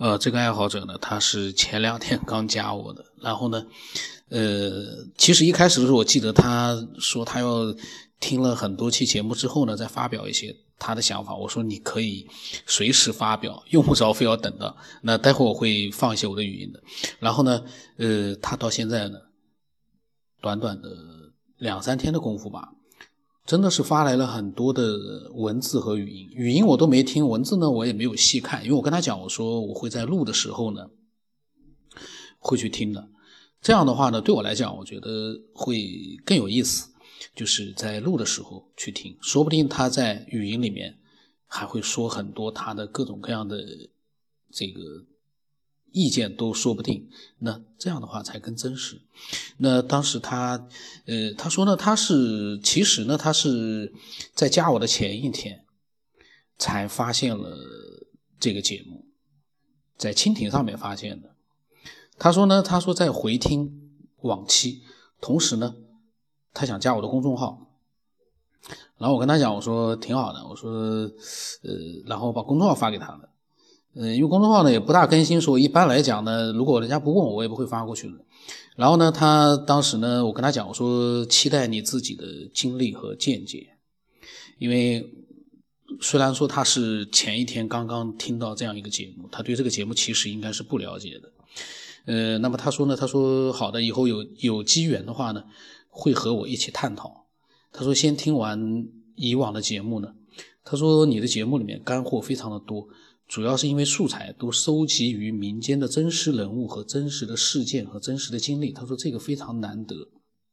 这个爱好者呢，他是前2天刚加我的，然后呢其实一开始的时候我记得他说他要听了很多期节目之后呢再发表一些他的想法，我说你可以随时发表，用不着非要等到，那待会我会放一些我的语音的。然后呢他到现在呢短短的2-3天的功夫吧，真的是发来了很多的文字和语音，语音我都没听，文字呢我也没有细看，因为我跟他讲我说我会在录的时候呢会去听的，这样的话呢对我来讲我觉得会更有意思，就是在录的时候去听，说不定他在语音里面还会说很多他的各种各样的这个意见都说不定，那这样的话才更真实。那当时他说呢其实呢他是在加我的前1天才发现了这个节目，在蜻蜓上面发现的。他说在回听往期，同时呢他想加我的公众号，然后我跟他讲我说挺好的，我说然后把公众号发给他了。因为公众号呢也不大更新，说一般来讲呢如果人家不问我也不会发过去的。然后呢他当时呢我跟他讲我说期待你自己的经历和见解，因为虽然说他是前1天刚刚听到这样一个节目，他对这个节目其实应该是不了解的。那么他说好的，以后有机缘的话呢会和我一起探讨。他说先听完以往的节目呢，他说你的节目里面干货非常的多，主要是因为素材都收集于民间的真实人物和真实的事件和真实的经历，他说这个非常难得。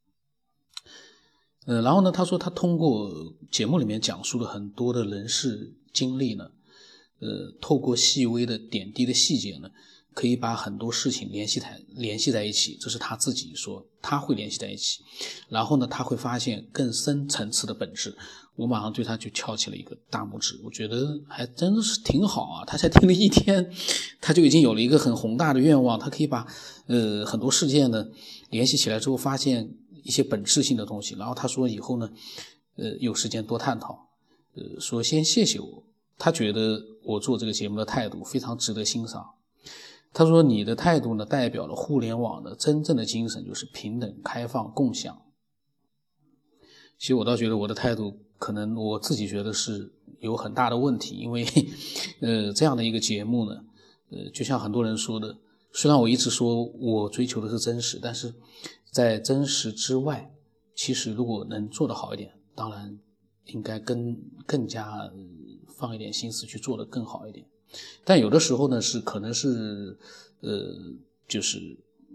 然后呢他说他通过节目里面讲述了很多的人事经历呢，透过细微的点滴的细节呢可以把很多事情联系在一起，这是他自己说他会联系在一起，然后呢他会发现更深层次的本质。我马上对他就翘起了一个大拇指，我觉得还真是挺好啊，他才听了1天他就已经有了一个很宏大的愿望，他可以把很多事件呢联系起来之后发现一些本质性的东西。然后他说以后呢有时间多探讨，说先谢谢我，他觉得我做这个节目的态度非常值得欣赏。他说你的态度呢代表了互联网的真正的精神，就是平等、开放、共享。其实我倒觉得我的态度可能我自己觉得是有很大的问题，因为这样的一个节目呢就像很多人说的，虽然我一直说我追求的是真实，但是在真实之外，其实如果能做得好一点，当然应该更加放一点心思去做得更好一点。但有的时候呢可能是就是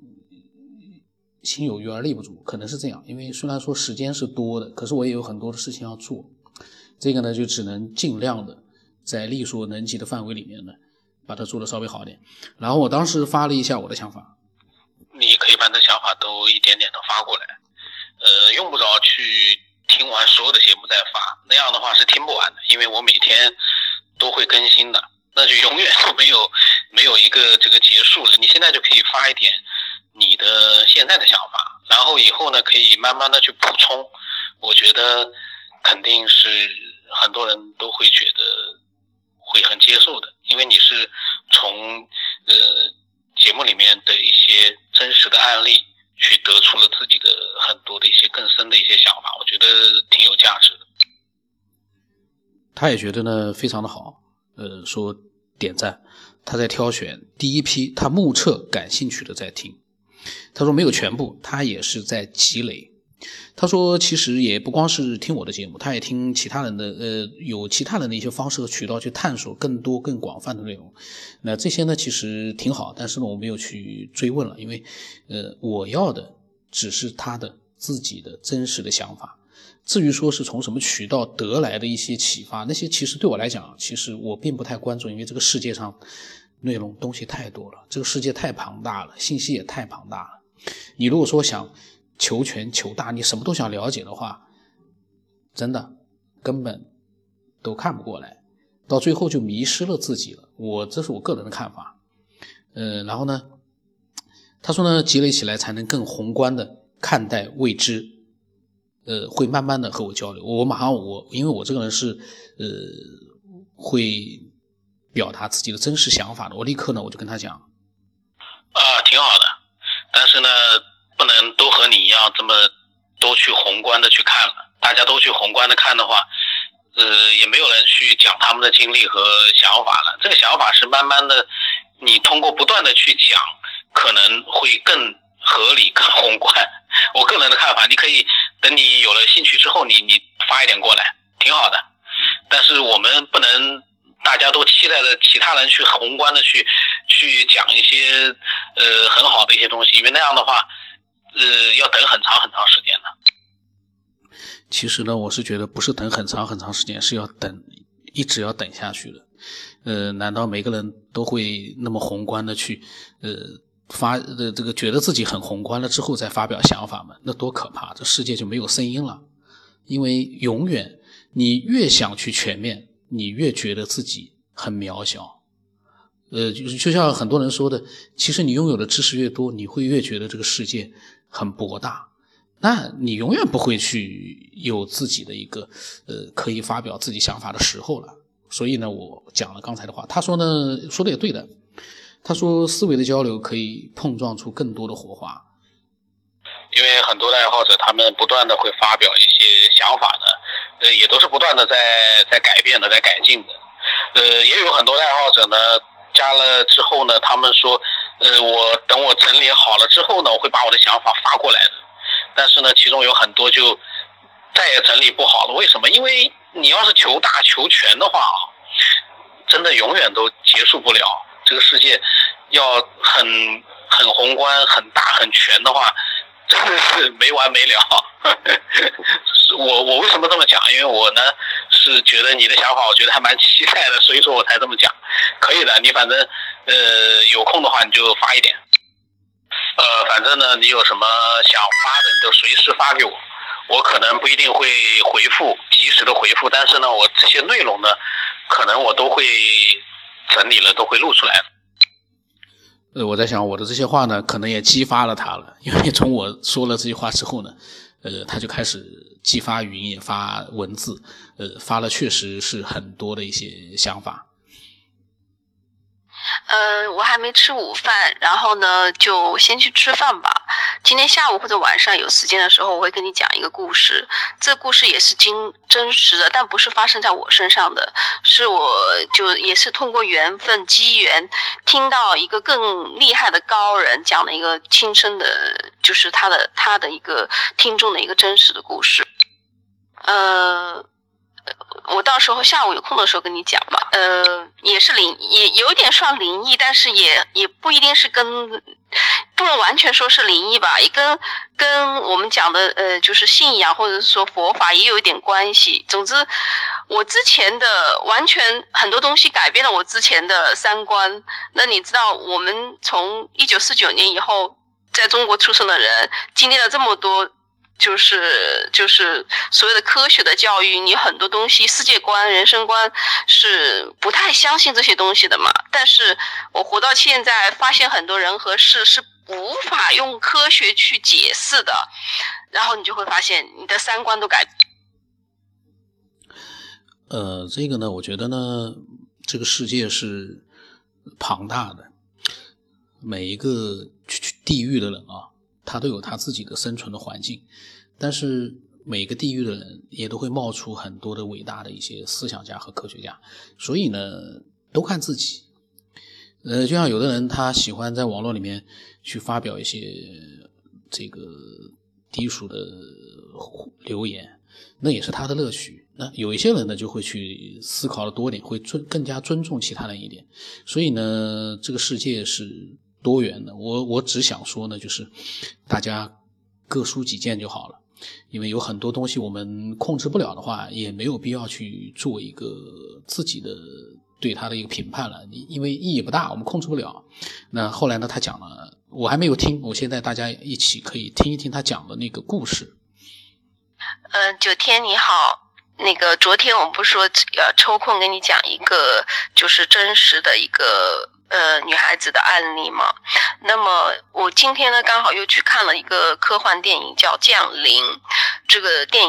心有余而力不足，可能是这样。因为虽然说时间是多的，可是我也有很多的事情要做，这个呢就只能尽量的在力所能及的范围里面呢把它做得稍微好一点。然后我当时发了一下我的想法， 你可以把你的想法都一点点的发过来，用不着去听完所有的节目再发，那样的话是听不完的，因为我每天都会更新的，那就永远都没有一个这个结束了。你现在就可以发一点你的现在的想法，然后以后呢可以慢慢的去补充，我觉得肯定是很多人都会觉得会很接受的，因为你是从节目里面的一些真实的案例去得出了自己的很多的一些更深的一些想法，我觉得挺有价值的。 他也觉得呢非常的好，说点赞，他在挑选第一批他目测感兴趣的在听。他说没有全部，他也是在积累。他说其实也不光是听我的节目，他也听其他人的有其他人的一些方式和渠道去探索更多更广泛的内容。那这些呢其实挺好，但是呢我没有去追问了，因为我要的只是他的自己的真实的想法。至于说是从什么渠道得来的一些启发，那些其实对我来讲其实我并不太关注，因为这个世界上内容东西太多了，这个世界太庞大了，信息也太庞大了。你如果说想求全求大，你什么都想了解的话，真的根本都看不过来，到最后就迷失了自己了。这是我个人的看法。然后呢他说呢积累起来才能更宏观的看待未知，会慢慢的和我交流。因为我这个人是会表达自己的真实想法的，我立刻呢我就跟他讲， 挺好的，但是呢，不能都和你一样这么都去宏观的去看了。大家都去宏观的看的话，也没有人去讲他们的经历和想法了。这个想法是慢慢的，你通过不断的去讲，可能会更合理、更宏观。我个人的看法，你可以等你有了兴趣之后，你发一点过来，挺好的。但是我们不能大家都期待着其他人去宏观的去讲一些很好的一些东西，因为那样的话要等很长很长时间的。 其实呢，我是觉得不是等很长很长时间，是要等，一直要等下去的。难道每个人都会那么宏观的去这个觉得自己很宏观了之后再发表想法吗？那多可怕，这世界就没有声音了。因为永远你越想去全面，你越觉得自己很渺小。就像很多人说的，其实你拥有的知识越多，你会越觉得这个世界很博大，那你永远不会去有自己的一个可以发表自己想法的时候了。所以呢，我讲了刚才的话，他说呢，说的也对的，他说思维的交流可以碰撞出更多的火花。 因为很多的爱好者他们不断的会发表一些想法的，也都是不断的在改变的，在改进的。也有很多的爱好者呢，加了之后呢，他们说等我整理好了之后呢，我会把我的想法发过来的。但是呢，其中有很多就再也整理不好了。为什么？因为你要是求大求全的话啊，真的永远都结束不了。这个世界要很宏观、很大、很全的话，真的是没完没了。我为什么这么讲？因为我呢是觉得你的想法，我觉得还蛮期待的，所以说我才这么讲。可以的，你反正有空的话你就发一点。反正呢，你有什么想发的，你就随时发给我。我可能不一定会及时的回复，但是呢，我这些内容呢，可能我都会整理了，都会录出来的。 我在想，我的这些话呢，可能也激发了他了，因为从我说了这些话之后呢，他就开始既发语音也发文字，发了确实是很多的一些想法。 我还没吃午饭，然后呢就先去吃饭吧。今天下午或者晚上有时间的时候，我会跟你讲一个故事。这故事也是真实的，但不是发生在我身上的，是我就也是通过缘分机缘听到一个更厉害的高人讲了一个亲身的，就是他的一个听众的一个真实的故事。我到时候下午有空的时候跟你讲吧。也是也有点算灵异，但是也不一定是不能完全说是灵异吧，也跟我们讲的就是信仰或者是说佛法也有一点关系。总之，我之前的完全很多东西改变了我之前的三观。那你知道，我们从1949年以后在中国出生的人，经历了这么多。就是所谓的科学的教育，你很多东西世界观人生观是不太相信这些东西的嘛。但是我活到现在，发现很多人和事是无法用科学去解释的，然后你就会发现你的三观都改变。 这个呢，我觉得呢，这个世界是庞大的，每一个去地狱的人啊，他都有他自己的生存的环境，但是每个地域的人也都会冒出很多的伟大的一些思想家和科学家，所以呢，都看自己。就像有的人他喜欢在网络里面去发表一些这个低俗的留言，那也是他的乐趣。那有一些人呢，就会去思考的多点，会更加尊重其他人一点。所以呢，这个世界是多元的。我只想说呢，就是大家各抒己见就好了，因为有很多东西我们控制不了的话，也没有必要去做一个自己的对他的一个评判了，因为意义不大，我们控制不了。那后来呢，他讲了，我还没有听，我现在大家一起可以听一听他讲的那个故事。 9天你好，那个昨天我们不是说抽空给你讲一个就是真实的一个女孩子的案例嘛。那么我今天呢刚好又去看了一个科幻电影叫《降临》，这个电影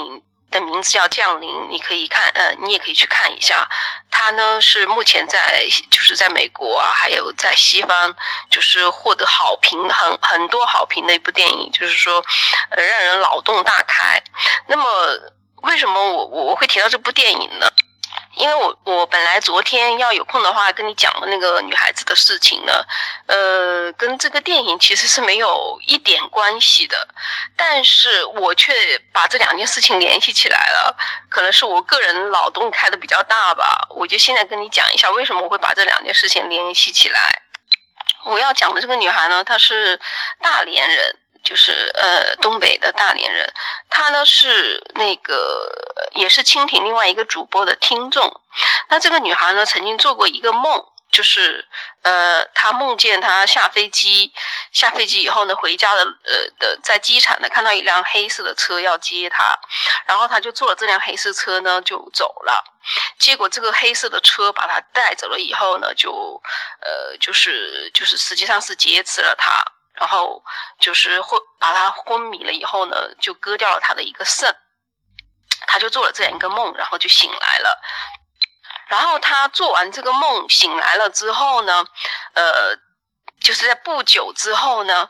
的名字叫《降临》，你可以看，你也可以去看一下。它呢是目前就是在美国啊，还有在西方，就是获得好评很多好评的一部电影，就是说，让人脑洞大开。那么为什么我会提到这部电影呢？因为我本来昨天要有空的话跟你讲的那个女孩子的事情呢，跟这个电影其实是没有一点关系的，但是我却把这两件事情联系起来了，可能是我个人脑洞开的比较大吧。我就现在跟你讲一下为什么我会把这两件事情联系起来。我要讲的这个女孩呢，她是大连人，就是东北的大连人。她呢是那个也是蜻蜓另外一个主播的听众。那这个女孩呢曾经做过一个梦，就是她梦见她下飞机以后呢，回家的在机场呢看到一辆黑色的车要接她，然后她就坐了这辆黑色车呢就走了。结果这个黑色的车把她带走了以后呢，就是实际上是劫持了她，然后就是把她昏迷了以后呢，就割掉了她的一个肾。她就做了这样一个梦，然后就醒来了。然后她做完这个梦醒来了之后呢，就是在不久之后呢，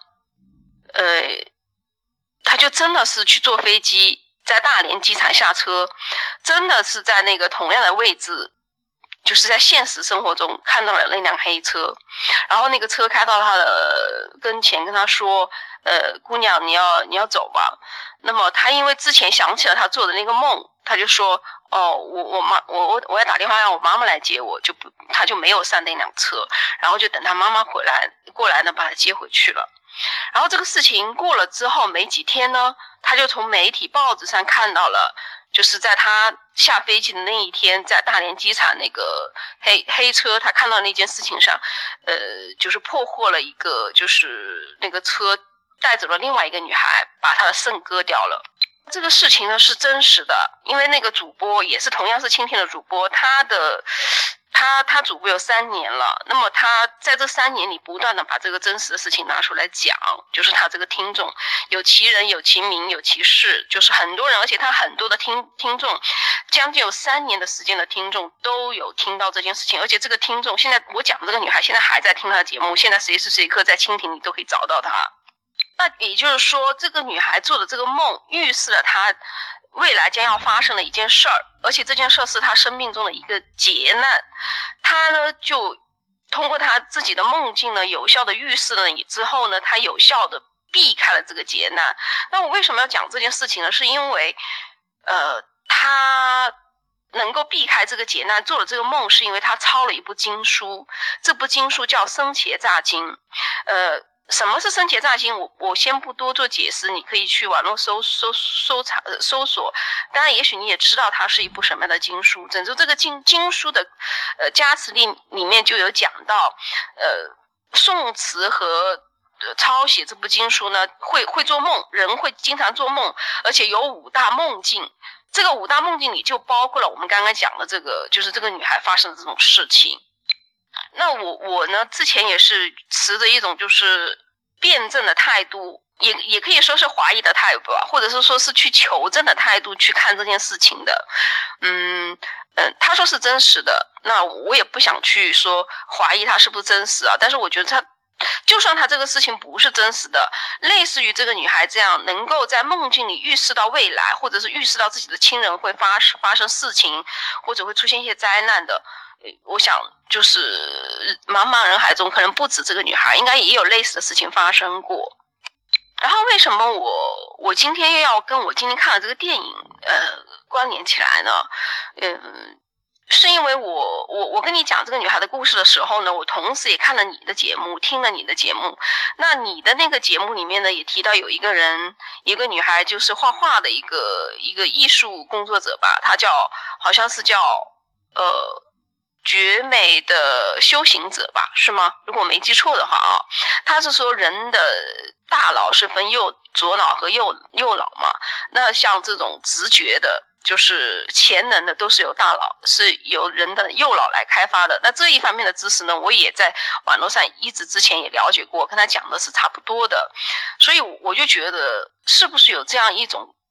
她就真的是去坐飞机，在大连机场下车，真的是在那个同样的位置，就是在现实生活中看到了那辆黑车，然后那个车开到她的跟前，跟她说，姑娘，你要走吧。那么她因为之前想起了她做的那个梦，她就说，我要打电话让我妈妈来接我，她就没有上那辆车，然后就等她妈妈过来呢，把她接回去了。然后这个事情过了之后没几天呢，她就从媒体报纸上看到了，就是在她下飞机的那一天，在大连机场那个黑车，她看到那件事情上，就是破获了一个，就是那个车带走了另外一个女孩，把她的肾割掉了。这个事情呢是真实的，因为那个主播也是同样是蜻蜓的主播，他主播有3年了，那么他在这3年里不断的把这个真实的事情拿出来讲，就是他这个听众有其人有其名有其事，就是很多人，而且他很多的听众，将近有3年的时间的听众都有听到这件事情，而且这个听众现在我讲的这个女孩现在还在听她的节目，现在随时随刻在蜻蜓里都可以找到她。那也就是说，这个女孩做的这个梦预示了她未来将要发生的一件事儿，而且这件事是她生命中的一个劫难。她呢就通过她自己的梦境呢，有效的预示了之后呢，她有效的避开了这个劫难。那我为什么要讲这件事情呢？是因为她能够避开这个劫难，做了这个梦，是因为她抄了一部经书，这部经书叫《生茄炸经》。什么是生茄炸经？我先不多做解释，你可以去网络搜索。当然，也许你也知道它是一部什么样的经书。整个这个经书的加持里面就有讲到，宋词和抄写这部经书呢，会做梦，人会经常做梦，而且有5大梦境。这个5大梦境里就包括了我们刚刚讲的这个，就是这个女孩发生的这种事情。那我呢，之前也是持着一种就是辩证的态度，也可以说是怀疑的态度吧，或者是说是去求证的态度去看这件事情的。他说是真实的，那我也不想去说怀疑他是不是真实啊，但是我觉得就算他这个事情不是真实的，类似于这个女孩这样能够在梦境里预示到未来，或者是预示到自己的亲人会发生事情，或者会出现一些灾难的，我想就是茫茫人海中可能不止这个女孩，应该也有类似的事情发生过。然后为什么我今天又要跟我今天看的这个电影关联起来呢？是因为我跟你讲这个女孩的故事的时候呢，我同时也看了你的节目，听了你的节目。那你的那个节目里面呢，也提到有一个女孩，就是画画的一个艺术工作者吧，她好像是叫绝美的修行者吧，是吗？如果没记错的话啊，他是说人的大脑是分左脑和右脑嘛。那像这种直觉的，就是潜能的，都是由大脑，是由人的右脑来开发的。那这一方面的知识呢，我也在网络上之前也了解过，跟他讲的是差不多的。所以我就觉得，是不是有这样一种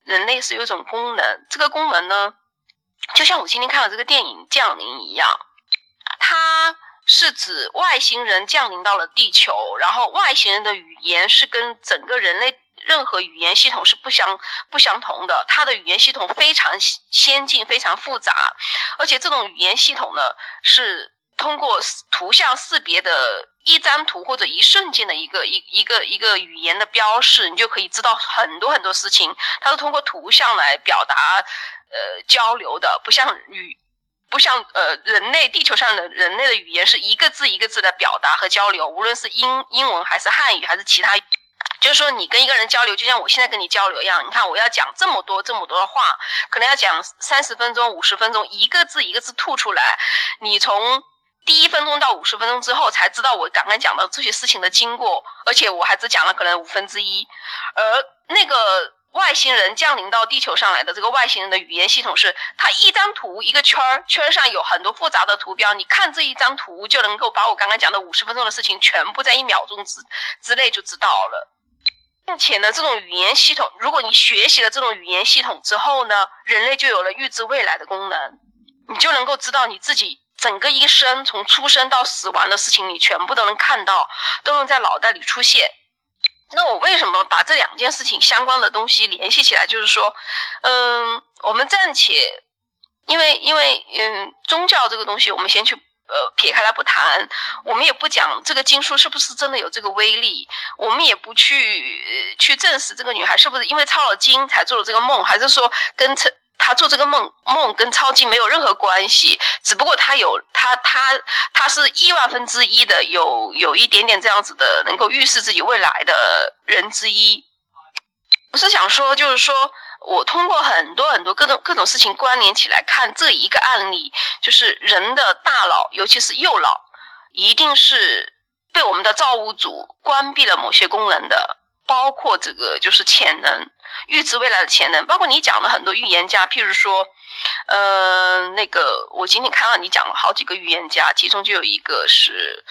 人类是有一种功能，这个功能呢，就像我今天看到这个电影《降临》一样，它是指外星人降临到了地球，然后外星人的语言是跟整个人类任何语言系统是不相同的，它的语言系统非常先进，非常复杂，而且这种语言系统呢是通过图像识别的一张图或者一瞬间的一个语言的标示，你就可以知道很多很多事情，它是通过图像来表达交流的，不像人类地球上的人类的语言是一个字一个字的表达和交流，无论是英文还是汉语还是其他，就是说你跟一个人交流就像我现在跟你交流一样，你看我要讲这么多的话，可能要讲30分钟50分钟，一个字一个字吐出来，你从第1分钟到50分钟之后才知道我刚刚讲的这些事情的经过，而且我还只讲了可能1/5，而那个外星人降临到地球上来的这个外星人的语言系统是，它一张图一个圈上有很多复杂的图标，你看这一张图就能够把我刚刚讲的50分钟的事情全部在1秒钟之内就知道了。并且呢，这种语言系统，如果你学习了这种语言系统之后呢，人类就有了预知未来的功能，你就能够知道你自己整个一生从出生到死亡的事情，你全部都能看到，都能在脑袋里出现。那我为什么把这2件事情相关的东西联系起来？就是说，我们暂且，因为宗教这个东西，我们先去撇开来不谈，我们也不讲这个经书是不是真的有这个威力，我们也不去证实这个女孩是不是因为抄了经才做了这个梦，还是说跟他做这个梦跟抄经没有任何关系，只不过他是1000000%的有一点点这样子的能够预示自己未来的人之一。我是想说，就是说我通过很多各种事情关联起来看这一个案例，就是人的大脑，尤其是右脑，一定是被我们的造物主关闭了某些功能的，包括这个就是潜能，预知未来的潜能，包括你讲的很多预言家，譬如说那个我今天看到你讲了好几个预言家，其中就有一个是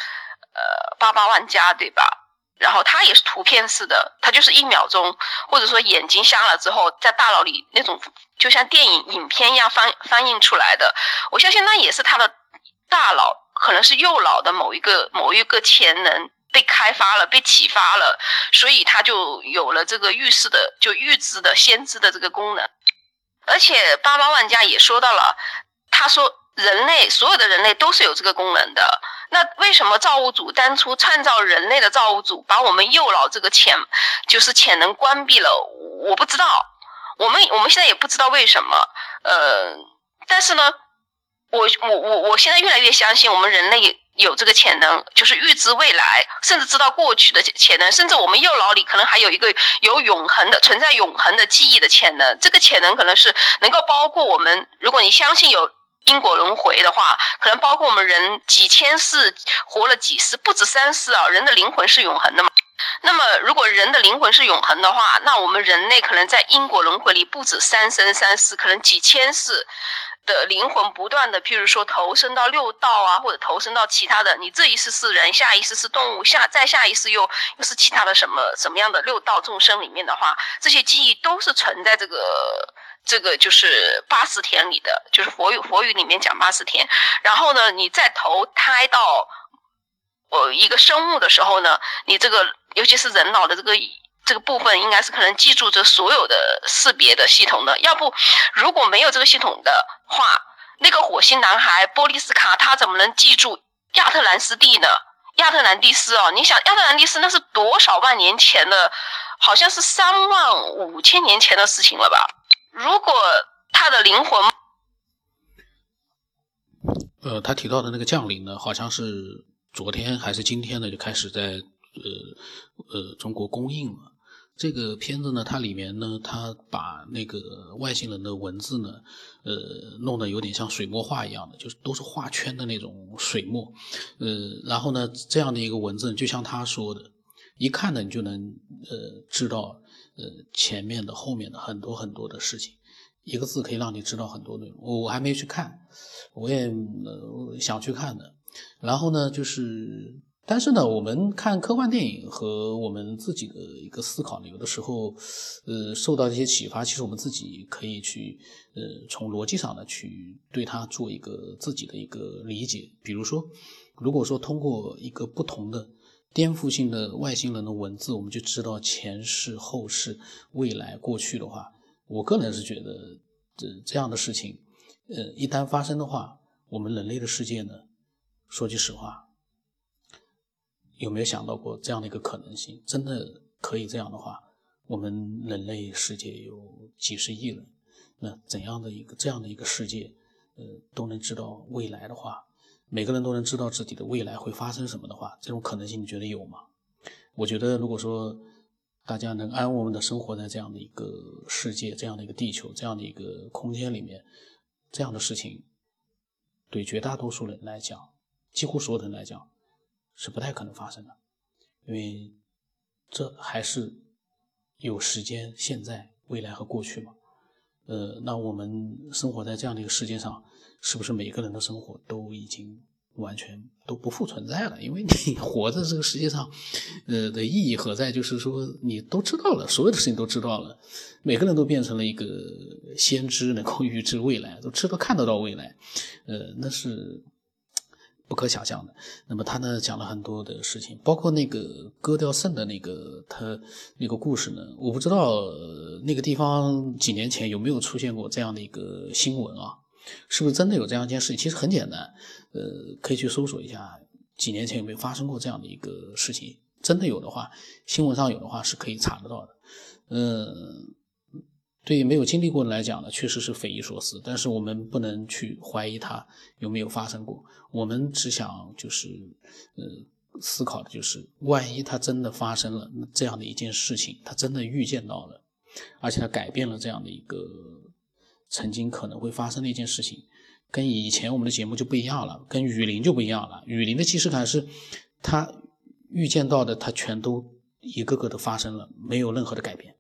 88万加，对吧？然后它也是图片式的，它就是1秒钟，或者说眼睛瞎了之后在大脑里那种就像电影影片一样翻映出来的，我相信那也是他的大脑可能是右脑的某一个潜能被开发了，被启发了，所以他就有了这个预知的先知的这个功能。而且88万加也说到了，他说所有的人类都是有这个功能的，那为什么造物主当初创造人类的造物主把我们右脑这个潜能关闭了？我不知道，我们现在也不知道为什么。但是呢，我现在越来越相信我们人类有这个潜能，就是预知未来，甚至知道过去的潜能，甚至我们右脑里可能还有一个存在永恒的记忆的潜能。这个潜能可能是能够包括我们，如果你相信有因果轮回的话，可能包括我们人几千世活了几世，不止3世啊！人的灵魂是永恒的嘛。那么如果人的灵魂是永恒的话，那我们人类可能在因果轮回里不止3生3世，可能几千世的灵魂不断的，譬如说投身到6道啊，或者投身到其他的，你这一世是人，下一世是动物，再下一世又是其他的什么样的6道众生里面的话，这些记忆都是存在这个就是80天里的，就是佛语里面讲80天。然后呢，你再投胎到一个生物的时候呢，你这个尤其是人脑的这个部分，应该是可能记住这所有的识别的系统的。要不如果没有这个系统的话，那个火星男孩波利斯卡他怎么能记住亚特兰斯地呢？亚特兰蒂斯哦，你想亚特兰蒂斯那是多少万年前的，好像是35000年前的事情了吧？如果他的灵魂， 他提到的那个降临呢，好像是昨天还是今天呢就开始在中国公映了。这个片子呢，它里面呢，它把那个外星人的文字呢，弄得有点像水墨画一样的，就是都是画圈的那种水墨，然后呢，这样的一个文字，就像他说的，一看呢，你就能知道前面的后面的很多很多的事情，一个字可以让你知道很多内容。我还没去看，我也想去看的。然后呢，就是但是呢，我们看科幻电影和我们自己的一个思考呢，有的时候，受到一些启发，其实我们自己可以去，从逻辑上呢去对它做一个自己的一个理解。比如说，如果说通过一个不同的颠覆性的外星人的文字，我们就知道前世、后世、未来、过去的话，我个人是觉得，这样的事情，一旦发生的话，我们人类的世界呢，说句实话，有没有想到过这样的一个可能性？真的可以这样的话，我们人类世界有几十亿人，那怎样的一个这样的一个世界，都能知道未来的话，每个人都能知道自己的未来会发生什么的话，这种可能性你觉得有吗？我觉得如果说大家能安稳的生活在这样的一个世界，这样的一个地球，这样的一个空间里面，这样的事情对绝大多数人来讲，几乎所有人来讲是不太可能发生的，因为这还是有时间、现在、未来和过去嘛。那我们生活在这样的一个世界上，是不是每个人的生活都已经完全都不复存在了？因为你活在这个世界上，的意义何在？就是说你都知道了，所有的事情都知道了，每个人都变成了一个先知，能够预知未来，都看得到未来，那是不可想象的。那么他呢讲了很多的事情，包括那个割掉肾的他那个故事呢，我不知道那个地方几年前有没有出现过这样的一个新闻啊？是不是真的有这样一件事情？其实很简单，可以去搜索一下几年前有没有发生过这样的一个事情。真的有的话，新闻上有的话是可以查得到的。对于没有经历过的来讲呢，确实是匪夷所思，但是我们不能去怀疑它有没有发生过，我们只想就是思考的就是万一它真的发生了这样的一件事情，它真的预见到了，而且它改变了这样的一个曾经可能会发生的一件事情，跟以前我们的节目就不一样了，跟雨林就不一样了。雨林的既视感是它预见到的，它全都一个个的发生了，没有任何的改变。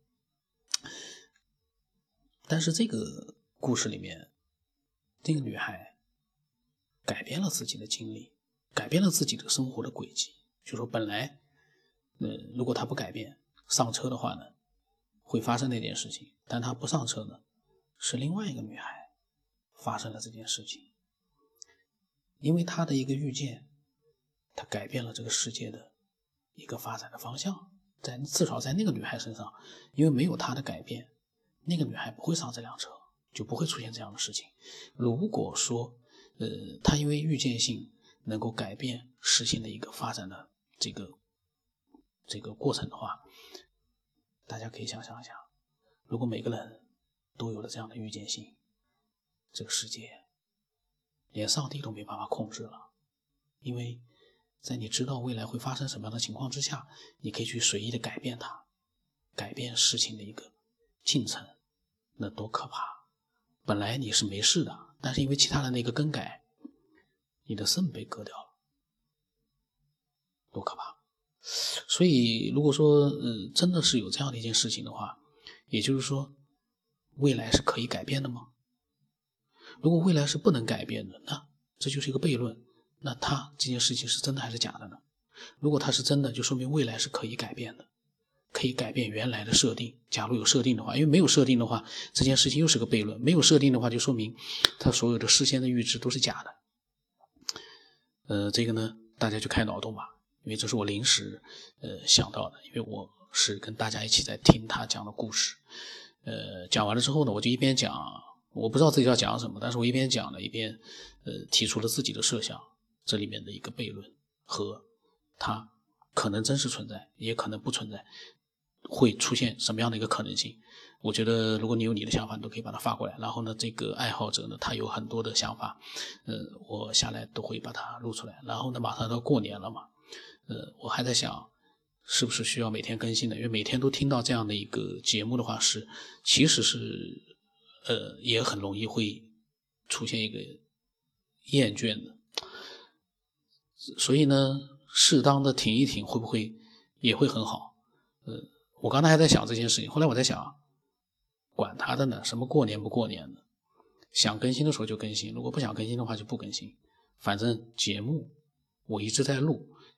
但是这个故事里面，这个女孩改变了自己的经历，改变了自己的生活的轨迹。就说本来如果她不改变上车的话呢，会发生那件事情，但她不上车呢，是另外一个女孩发生了这件事情。因为她的一个预见，她改变了这个世界的一个发展的方向，至少在那个女孩身上，因为没有她的改变，那个女孩不会上这辆车，就不会出现这样的事情。如果说她因为预见性能够改变事情的一个发展的这个过程的话，大家可以想象一下，如果每个人都有了这样的预见性，这个世界连上帝都没办法控制了。因为在你知道未来会发生什么样的情况之下，你可以去随意的改变它，改变事情的一个进程，那多可怕。本来你是没事的，但是因为其他人的一个更改，你的肾被割掉了，多可怕。所以如果说真的是有这样的一件事情的话，也就是说未来是可以改变的吗？如果未来是不能改变的，那这就是一个悖论，那这件事情是真的还是假的呢？如果它是真的，就说明未来是可以改变的，可以改变原来的设定。假如有设定的话，因为没有设定的话，这件事情又是个悖论。没有设定的话，就说明它所有的事先的预知都是假的。这个呢，大家就开脑洞吧，因为这是我临时想到的，因为我是跟大家一起在听他讲的故事。讲完了之后呢，我就一边讲，我不知道自己要讲什么，但是我一边讲了一边提出了自己的设想，这里面的一个悖论和它可能真实存在，也可能不存在，会出现什么样的一个可能性。我觉得如果你有你的想法，你都可以把它发过来，然后呢这个爱好者呢他有很多的想法，我下来都会把它录出来。然后呢马上到过年了嘛，我还在想是不是需要每天更新的，因为每天都听到这样的一个节目的话，其实是也很容易会出现一个厌倦的。所以呢适当的停一停会不会也会很好。我刚才还在想这件事情，后来我在想管他的呢，什么过年不过年的，想更新的时候就更新，如果不想更新的话就不更新。反正节目我一直在录，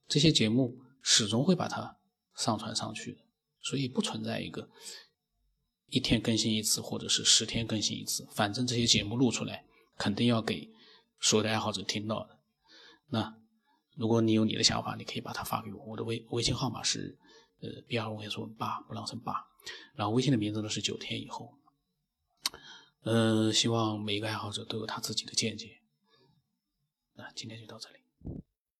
这些节目始终会把它上传上去的，所以不存在一个1天更新一次或者是10天更新一次，反正这些节目录出来肯定要给所有的爱好者听到的。那如果你有你的想法，你可以把它发给我，我的微信号码是B258不浪声8，然后微信的名字呢是9天以后。希望每一个爱好者都有他自己的见解。那今天就到这里。